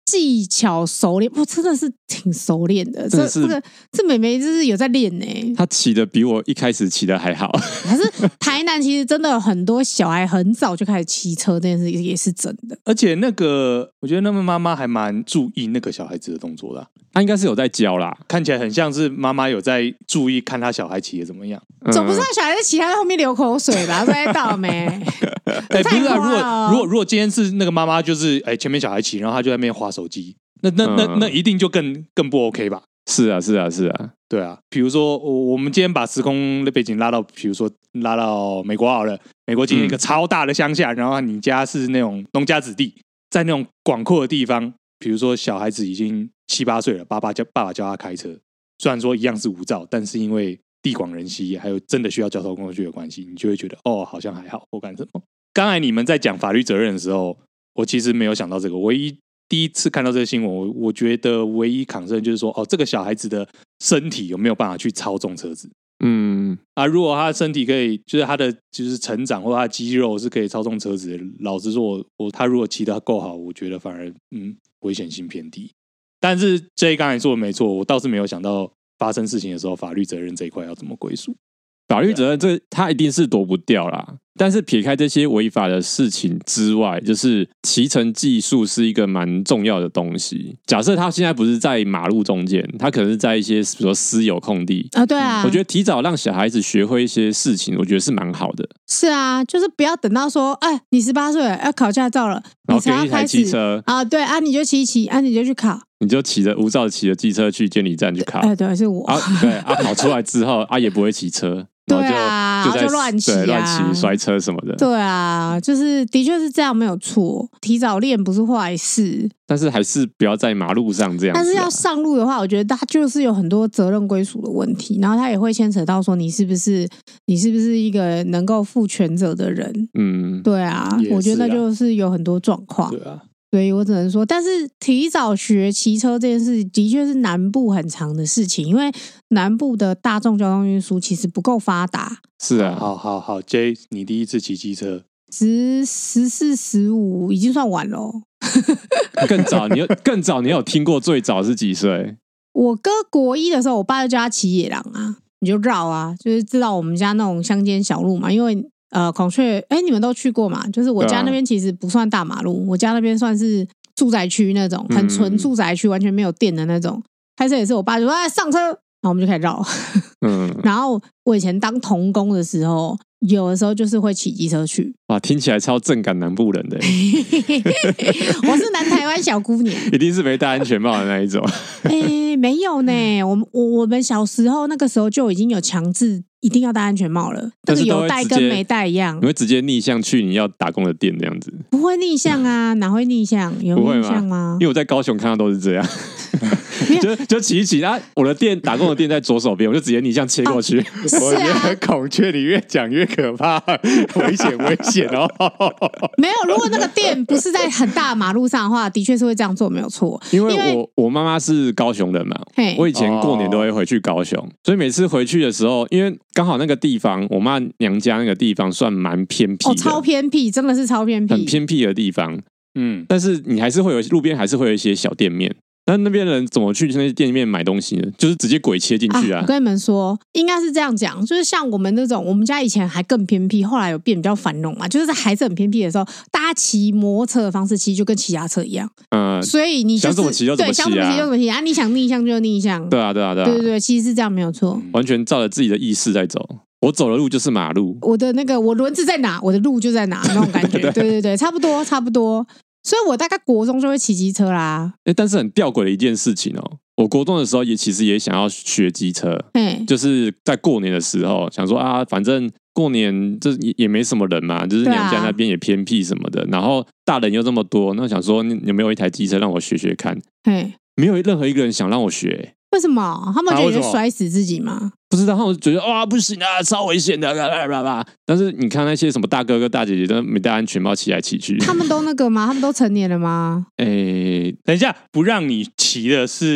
技巧熟练，哇，真的是挺熟练的。这这个这妹妹就是有在练呢、欸。 她骑的比我一开始骑的还好。 可是台南其实真的有很多小孩很早就开始骑车，这件事也是真的。 而且那个，我觉得那个妈妈还蛮注意那个小孩子的动作的、啊。 她应该是有在教啦， 看起来很像是妈妈有在注意看她小孩骑的怎么样。 嗯、 总不是小孩在骑，他在后面流口水吧？不知道没？ 哎、欸，不是啊，如果如果如果今天是那个妈妈，就是哎、欸、前面小孩骑，然后他就在那边滑手机，那那那那一定就更更不 OK 吧？ 是啊，是啊，是啊， 对啊。比如说，我我们今天把时空的背景拉到，比如说拉到美国好了，美国今天一个超大的乡下，嗯、然后你家是那种农家子弟，在那种广阔的地方，比如说小孩子已经七八岁了，爸爸教爸爸教他开车，虽然说一样是无照，但是因为地广人稀，还有真的需要交通工具的关系，你就会觉得哦，好像还好，或干什么。刚才你们在讲法律责任的时候，我其实没有想到这个。唯一第一次看到这个新闻，我我觉得唯一concern就是说，哦，这个小孩子的身体有没有办法去操纵车子？ 嗯啊，如果他的身体可以，就是他的就是成长或他的肌肉是可以操纵车子的，老实说我，我他如果骑得够好，我觉得反而嗯危险性偏低。但是 J 刚才说的没错，我倒是没有想到发生事情的时候，法律责任这一块要怎么归属。 法律责任这他一定是躲不掉啦，但是撇开这些违法的事情之外，就是骑乘技术是一个蛮重要的东西。假设他现在不是在马路中间，他可能是在一些比如说私有空地啊，对啊， 我觉得提早让小孩子学会一些事情，我觉得是蛮好的。 是啊，就是不要等到说，哎，你十八岁了要考驾照了， 然后给你一台汽车啊，对啊，你就骑骑啊，你就去考。 你就骑着无照骑着机车去监理站去考， 哎，对，是我啊，对啊，考出来之后啊也不会骑车，然后就对啊， 就在就乱骑、啊， 对乱骑摔车什么的， 对啊，就是的确是这样没有错，提早练不是坏事， 但是还是不要在马路上这样子、啊。 但是要上路的话，我觉得它就是有很多责任归属的问题，然后它也会牵扯到说你是不是你是不是一个能够负全责的人，嗯，对啊，我觉得那就是有很多状况， 对啊。 所以我只能说，但是提早学骑车这件事的确是南部很长的事情，因为南部的大众交通运输其实不够发达。 是啊， 好好好 ，J， 你第一次骑机车， 十十四十五已经算晚了。 更早，你有更早，你有听过最早是几岁？ 我哥国一的时候，我爸就叫他骑野狼啊，你就绕啊，就是知道我们家那种乡间小路嘛，因为。呃，孔雀，哎，你们都去过嘛？就是我家那边其实不算大马路，啊、我家那边算是住宅区那种，很纯住宅区，完全没有电的那种。开车也是我爸就说：“哎，上车。”然后我们就开始绕。嗯，然后我以前当童工的时候，有的时候就是会骑机车去。 哇，听起来超正感南部人的。 我是南台湾小姑娘， 一定是没戴安全帽的那一种。 哎，没有呢，我们我我们小时候那个时候就已经有强制。一定要戴安全帽了，这个有戴跟没戴一样。 你会直接逆向去你要打工的店这样子？ 不会逆向啊，哪会逆向？有逆向吗？ 因为我在高雄看到都是这样，就就骑一骑啊，我的店打工的店在左手边，我就直接逆向切过去。啊我觉得孔雀你越讲越可怕，危险危险哦！ 没有，如果那个店不是在很大马路上的话，的确是会这样做，没有错。 因为我我妈妈是高雄人嘛，我以前过年都会回去高雄，所以每次回去的时候，因为刚好那个地方，我妈娘家那个地方算蛮偏僻的， 哦，超偏僻，真的是超偏僻， 很偏僻的地方。嗯，但是你还是会有路边还是会有一些小店面。那那边人怎么去那些店面买东西呢？就是直接鬼切进去啊！ 啊我跟你们说，应该是这样讲，就是像我们那种，我们家以前还更偏僻，后来有变比较繁荣嘛。就是在还是很偏僻的时候，大家骑摩托车的方式其实就跟骑脚车一样。嗯，所以你、就是、 想怎么骑就怎么骑、啊， 对，想怎么骑就怎么骑啊！你想逆向就逆向， 对啊，对啊，对啊， 对对对，其实是这样没有错， 完全照着自己的意识在走。我走的路就是马路， 我的那个我轮子在哪，我的路就在哪那种感觉。对对对，差不多差不多。所以我大概国中就会骑机车啦。 欸、但是很吊诡的一件事情哦，我国中的时候也其实也想要学机车，就是在过年的时候想说啊，反正过年这也没什么人嘛，就是娘家那边也偏僻什么的，啊、然后大人又这么多，那我想说你有没有一台机车让我学学看？没有任何一个人想让我学。 为什么？他们觉得摔死自己吗？啊、 不知道，他们觉得哇不行啊，超危险的，但是你看那些什么大哥哥大姐姐都没戴安全帽骑来骑去， 他们都那个吗？他们都成年了吗？ 哎、欸， 等一下，不让你骑的是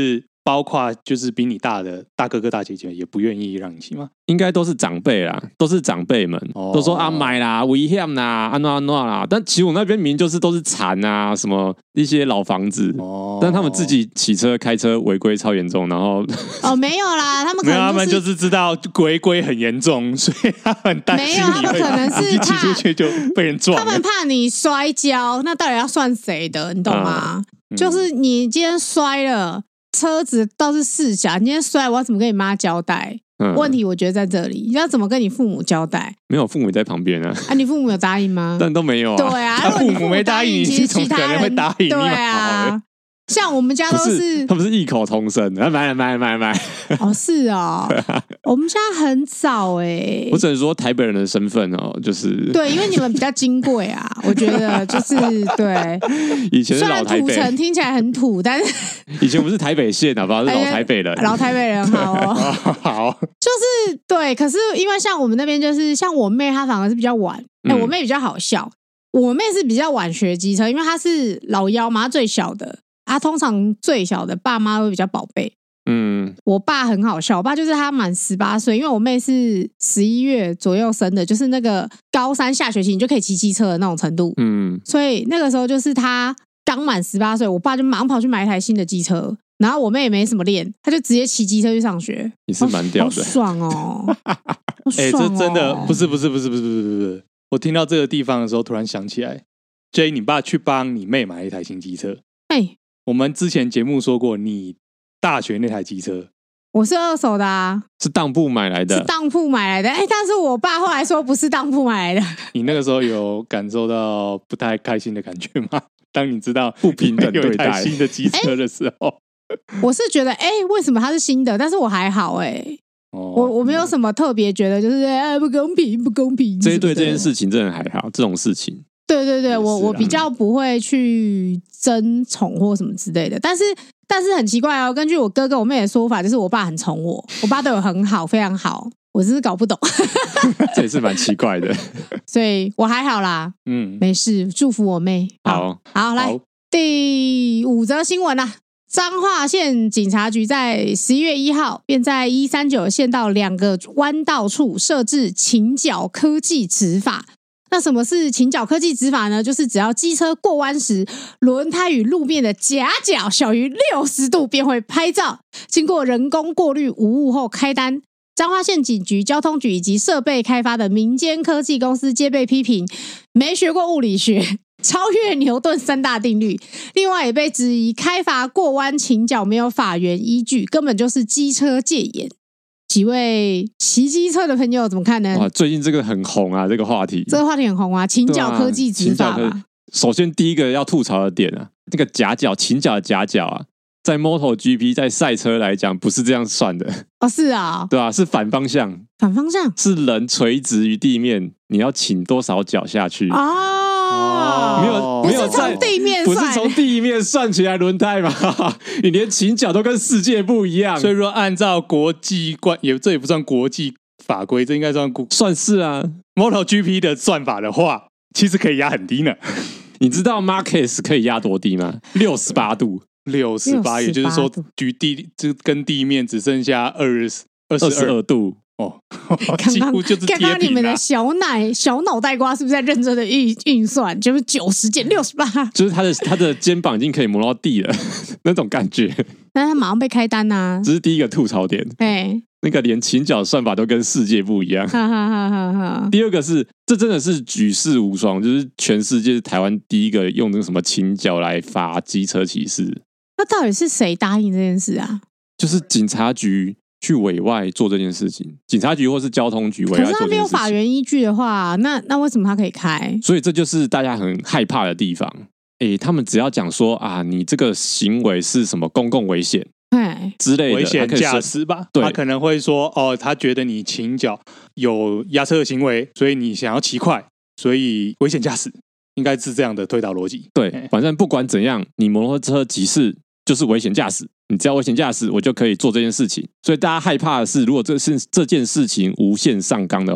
包括就是比你大的大哥哥大姐姐也不愿意让你骑吗？ 应该都是长辈啦，都是长辈们、哦、都说啊买啦危险啦安诺安诺啦，但其实我那边明明就是都是残啊什么一些老房子、哦、但他们自己骑车开车违规超严重，然后哦没有啦，他们可能、就是、 没有，他们就是知道违规很严重，所以他很担心你会， 没有，他们可能是骑出去就被人撞了， 他们怕你摔跤，那到底要算谁的，你懂吗、嗯、就是你今天摔了车子倒是事小，你今天摔我要怎么跟你妈交代、嗯、问题我觉得在这里，你要怎么跟你父母交代？ 没有，父母在旁边啊。 啊，你父母有答应吗？ 但都没有啊。 对啊， 他父母没答应你，其实其他人会答应你。 对啊，像我们家都是， 他们是异口同声，买买买买买。 哦，是哦，我们家很早哎、欸。 我只能说台北人的身份哦，就是对，因为你们比较金贵啊，我觉得就是对。 以前是老台北， 虽然土城听起来很土，但是以前我们是台北县好不好？是老台北人， 老台北人好哦。 好， 就是对，可是因为像我们那边，就是像我妹，她反而是比较晚。哎、欸，我妹比较好笑，我妹是比较晚学机车，因为她是老幺嘛，最小的。啊，通常最小的爸妈会比较宝贝。嗯，我爸很好笑，我爸就是他满十八岁，因为我妹是十一月左右生的，就是那个高三下学期你就可以骑机车的那种程度。嗯，所以那个时候就是他刚满十八岁，我爸就马上跑去买一台新的机车，然后我妹也没什么练，他就直接骑机车去上学。 你是蛮屌的， 好爽哦！ 哎、欸，这真的不是不是不是不是不是不是，我听到这个地方的时候，突然想起来 ，J， 你爸去帮你妹买一台新机车。 哎、欸。 我们之前节目说过，你大学那台机车， 我是二手的啊， 是当铺买来的， 是当铺买来的。哎、欸，但是我爸后来说不是当铺买来的。 你那个时候有感受到不太开心的感觉吗？当你知道不平等对待有一台新的机车的时候， 欸、我是觉得，哎、欸，为什么它是新的？但是我还好、欸，哎。哦、我我没有什么特别觉得，就是哎、欸、不公平，不公平。 这一对这件事情真的还好，这种事情。 对对对，我我比较不会去争宠或什么之类的，但是但是很奇怪哦，根据我哥哥我妹的说法，就是我爸很宠我，我爸对我很好，非常好，我真是搞不懂， 这也是蛮奇怪的， 所以我还好啦，嗯，没事，祝福我妹。 好， 好，好来第五则新闻啦。彰化县警察局在十一月一号便在一三九县道两个弯道处设置倾角科技执法。那什么是倾角科技执法呢？就是只要机车过弯时，轮胎与路面的夹角小于六十度，便会拍照，经过人工过滤无误后开单。彰化县警局、交通局以及设备开发的民间科技公司皆被批评没学过物理学，超越牛顿三大定律。另外也被质疑开罚过弯倾角没有法源依据，根本就是机车戒严。几位骑机车的朋友怎么看呢？ 哇，最近这个很红啊，这个话题， 这个话题很红啊，倾角科技执法吧、啊。 首先第一个要吐槽的点啊，那个夹角，倾角的夹角啊，在 MotoGP 在赛车来讲不是这样算的哦，是啊， 对啊，是反方向， 反方向是人垂直于地面，你要倾多少脚下去啊？哦， 没有，没有从地面算，不是从地面算起来轮胎嘛？你连倾角都跟世界不一样， 所以说按照国际惯，也这也不算国际法规，这应该算算是啊。 MotoGP 的算法的话，其实可以压很低呢。 你知道 Marquez 可以压多低吗？六十八度。 六十八，也就是说，距地就跟地面只剩下二二十二度哦，几乎就是贴平了。 刚刚你们的小奶小脑袋瓜是不是在认真的运运算？就是九十减六十八， 就是他的他的肩膀已经可以磨到地了那种感觉。 但他马上被开单啊！ 这是第一个吐槽点。哎，那个连倾角算法都跟世界不一样。哈哈哈哈哈。第二个是，这真的是举世无双，就是全世界台湾第一个用那个什么倾角来罚机车骑士。 那到底是谁答应这件事啊？ 就是警察局去委外做这件事情，警察局或是交通局委外做这件事情。可是他没有法源依据的话，那那为什么他可以开？ 所以这就是大家很害怕的地方。诶，他们只要讲说啊，你这个行为是什么公共危险之类的， 危险驾驶吧？对，他可能会说哦，他觉得你倾角有压车的行为，所以你想要骑快，所以危险驾驶。应该是这样的推导逻辑。 对，反正不管怎样，你摩托车骑士就是危险驾驶，你只要危险驾驶，我就可以做这件事情。所以大家害怕的是，如果这是这件事情无限上纲的话，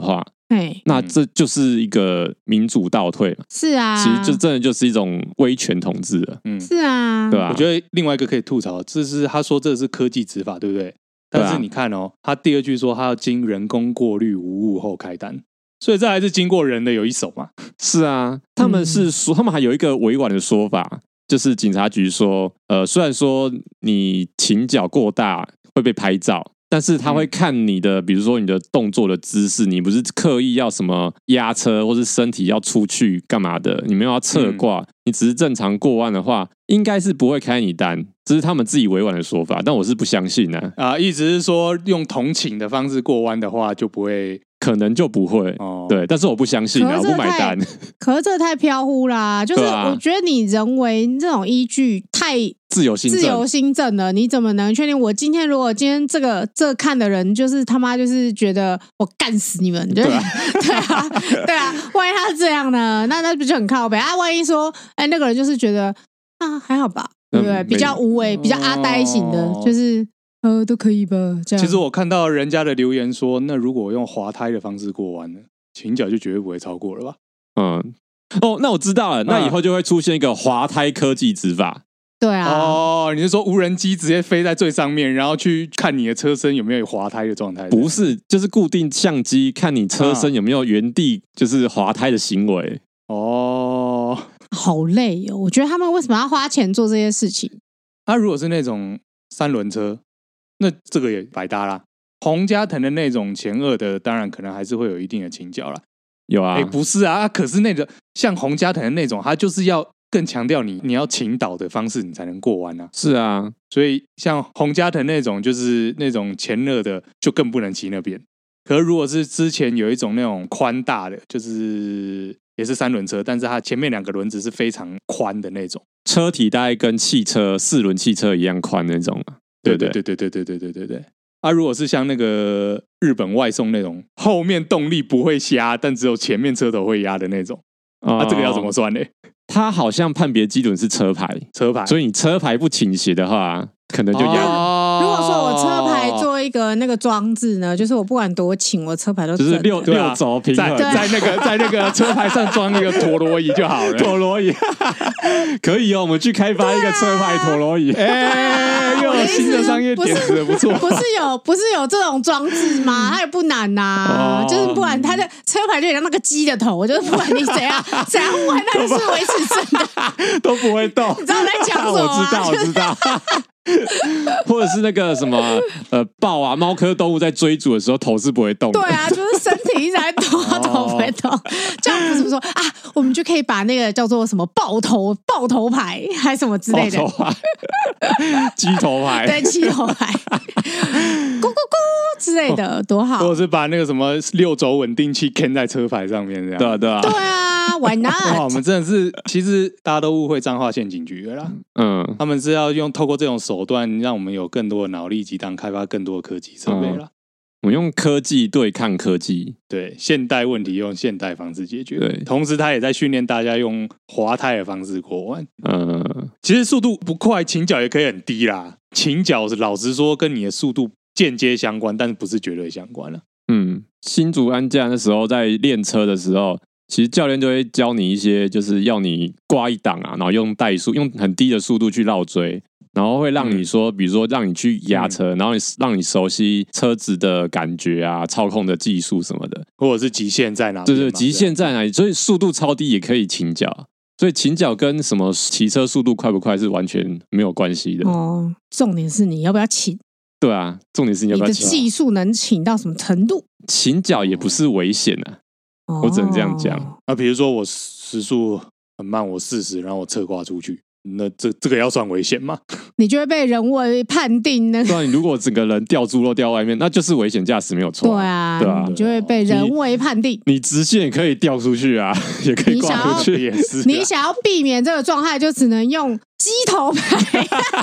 那这就是一个民主倒退嘛。 是啊， 其实就真的就是一种威权统治了。 嗯， 是啊， 对吧？ 我觉得另外一个可以吐槽，这是他说这是科技执法，对不对？但是你看哦，他第二句说他要经人工过滤无误后开单，所以这还是经过人的有一手嘛。 是啊，他们是说，他们还有一个委婉的说法，就是警察局说，呃，虽然说你倾角过大会被拍照，但是他会看你的，比如说你的动作的姿势，你不是刻意要什么压车，或是身体要出去干嘛的，你没有要侧挂，嗯、你只是正常过弯的话，应该是不会开你单。这是他们自己委婉的说法，但我是不相信啊。 啊，意思是说用同情的方式过弯的话，就不会， 可能就不会。哦，对，但是我不相信啊，我不买单。 可是这太飘忽啦、啊，就是我觉得你人为这种依据太自由心证， 自由心证了，你怎么能确定？我今天如果今天这个这看的人就是他妈就是觉得我干死你们，对啊，对啊，对啊，万一他是这样呢？那那不就很靠北啊？万一说，哎，那个人就是觉得啊还好吧。对不对？比较无为、比较阿呆型的，哦、就是呃都可以吧。这样。 其实我看到人家的留言说，那如果用滑胎的方式过弯呢，倾角就绝对不会超过了吧？ 嗯，哦，那我知道了，那以后就会出现一个滑胎科技执法。 对啊。 哦，你是说无人机直接飞在最上面，然后去看你的车身有没有滑胎的状态？ 不是，就是固定相机看你车身有没有原地就是滑胎的行为。 哦。 好累哦！我觉得他们为什么要花钱做这些事情？ 那、啊、如果是那种三轮车，那这个也百搭啦。洪嘉腾的那种前二的，当然可能还是会有一定的倾角啦。 有啊， 哎，不是啊，可是那个像洪嘉腾的那种，他就是要更强调你你要倾倒的方式，你才能过弯啊。 是啊， 所以像洪嘉腾那种，就是那种前二的，就更不能骑那边。可是如果是之前有一种那种宽大的，就是也是三轮车，但是它前面两个轮子是非常宽的那种， 车体大概跟汽车四轮汽车一样宽那种嘛。对对对对对对对对对对。啊，如果是像那个日本外送那种，后面动力不会瞎，但只有前面车头会压的那种，哦、啊，这个要怎么算呢？ 它好像判别基准是车牌， 车牌， 所以你车牌不倾斜的话，可能就压。 哦、 如果说我车牌做一个那个装置呢，就是我不管多倾，我车牌都就是六六轴平衡， 在在那个在那个车牌上装一个陀螺仪就好了。 陀螺仪可以哦，我们去开发一个车牌陀螺仪。 哎、欸，又有新的商业点子，不错。 不是有不是有这种装置吗？它也不难呐、啊哦，就是不管它的车牌就像那个鸡的头，就是不管你怎样怎样换，它就是维持正的， 都不会动。 你知道我在讲什么吗？ 我知道，我知道。或者是那个什么呃豹啊，猫科动物在追逐的时候头是不会动的。 对啊，就是身体一直在动，头不会动。这样不是说啊，我们就可以把那个叫做什么豹头豹头牌，还是什么之类的。 豹头牌，鸡头牌， 对，鸡头牌，咕咕咕之类的，多好。 或者是把那个什么六轴稳定器嵌在车牌上面，这样。 对啊，对啊， 对啊 ，Why not？ 哇，我们真的是，其实大家都误会彰化县警局了啦。嗯，他们是要用透过这种手段，让我们有更多的脑力激荡，开发更多的科技设备啦。嗯， 我们用科技对抗科技， 对现代问题用现代方式解决。 对， 同时他也在训练大家用滑胎的方式过弯。嗯，其实速度不快，倾角也可以很低啦。倾角老实说，跟你的速度间接相关，但是不是绝对相关了。 嗯，新竹安驾那时候在练车的时候，其实教练就会教你一些，就是要你挂一档啊，然后用怠速，用很低的速度去绕追。然后会让你说，比如说让你去压车，嗯、然后你让你熟悉车子的感觉啊，操控的技术什么的， 或者是极限在哪？ 对对，极限在哪里？所以速度超低也可以倾角，所以倾角跟什么骑车速度快不快是完全没有关系的。 哦，重点是你要不要倾？ 对啊，重点是你要不要倾？ 你的技术能倾到什么程度？ 倾角也不是危险啊，哦、我只能这样讲。 啊，比如说我时速很慢，我四十，然后我侧挂出去。那这这个要算危险吗？ 你就会被人为判定呢。 对啊，你如果整个人掉猪肉掉外面，那就是危险驾驶没有错、 啊。 对啊，对啊， 你就会被人为判定。 你, 你直线也可以掉出去啊，也可以挂出去，也是、啊。 你想要避免这个状态，就只能用鸡头牌。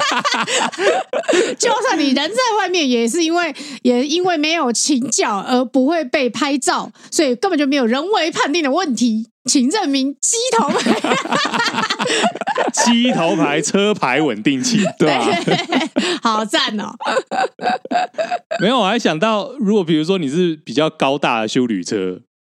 就算你人在外面，也是因为也因为没有倾角而不会被拍照，所以根本就没有人为判定的问题。请认明鸡头牌， 鸡头牌车牌稳定器，对吧、 啊？好赞哦！ 没有，我还想到，如果比如说你是比较高大的休旅车，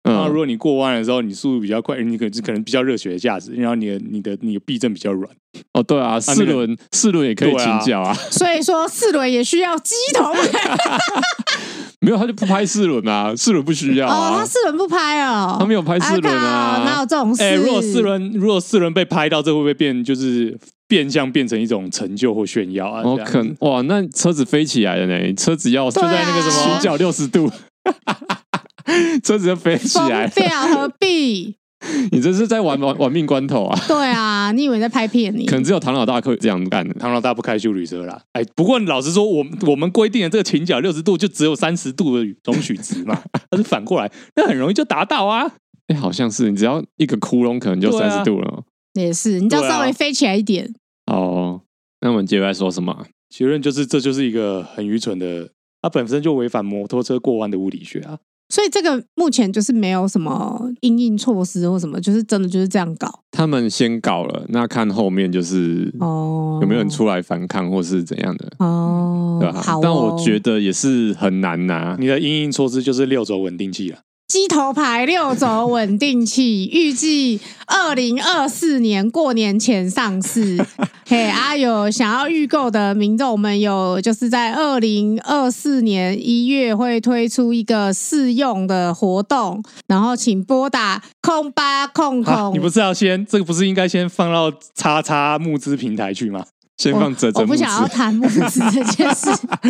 然后如果你过弯的时候你速度比较快，你可能可能比较热血的驾驶，然后你的你的你的避震比较软。 哦，对啊，四轮、啊那个、四轮也可以倾角啊。 所以说四轮也需要机头没有，他就不拍四轮啊，四轮不需要啊。 哦，他四轮不拍哦， 他没有拍四轮啊， 哪有这种事？ 哎、欸，如果四轮如果四轮被拍到，这会不会变就是变相变成一种成就或炫耀啊？ 哦，可哇，那车子飞起来了呢，车子要、啊、 就在那个什么倾角六十度。车子就飞起来， 飞啊，何必？ 你这是在玩玩玩命关头啊！ 对啊，你以为在拍片你？ 可能只有唐老大可以这样干的， 唐老大不开休旅车啦。哎，不过老实说，我我们规定的这个倾角六十度就只有三十度的容许值嘛，但是反过来，那很容易就达到啊。 哎，好像是，你只要一个窟窿，可能就三十度了、哦啊。也是，你只要稍微飞起来一点。 哦，那我们接下来说什么？ 结论就是，这就是一个很愚蠢的，它本身就违反摩托车过弯的物理学啊。 所以这个目前就是没有什么因应措施或什么，就是真的就是这样搞。 他们先搞了，那看后面就是哦，有没有人出来反抗或是怎样的哦，对吧、啊？ 好哦， 但我觉得也是很难拿。 你的因应措施就是六轴稳定器了。 机头排六轴稳定器，预计二零二四年过年前上市。嘿，啊，有想要预购的民众们有，就是在二零二四年一月会推出一个试用的活动，然后请拨打空八空空、啊。 你不是要先这个不是应该先放到叉叉募资平台去吗？ 先放泽泽募资， 我不想要谈募资这件事。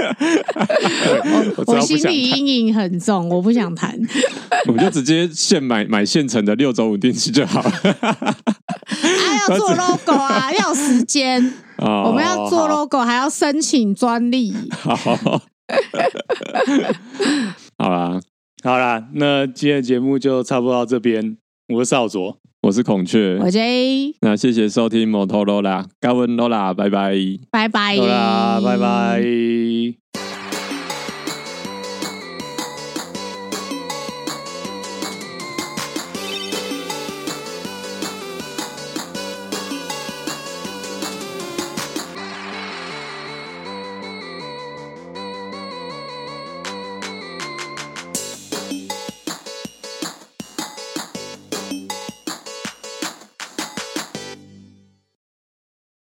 我, 我心理阴影很重，我不想谈。 我们就直接现买买现成的六轴稳定器就好了。 啊，要做 logo 啊，要有时间。哦、我们要做 logo， 还要申请专利。 好，好啦， 好啦，那今天的节目就差不多到这边。我是少佐。 我是孔雀， 我 J。 那谢谢收听摩托罗拉，高温罗拉，拜拜， 拜拜， 罗拉，拜拜。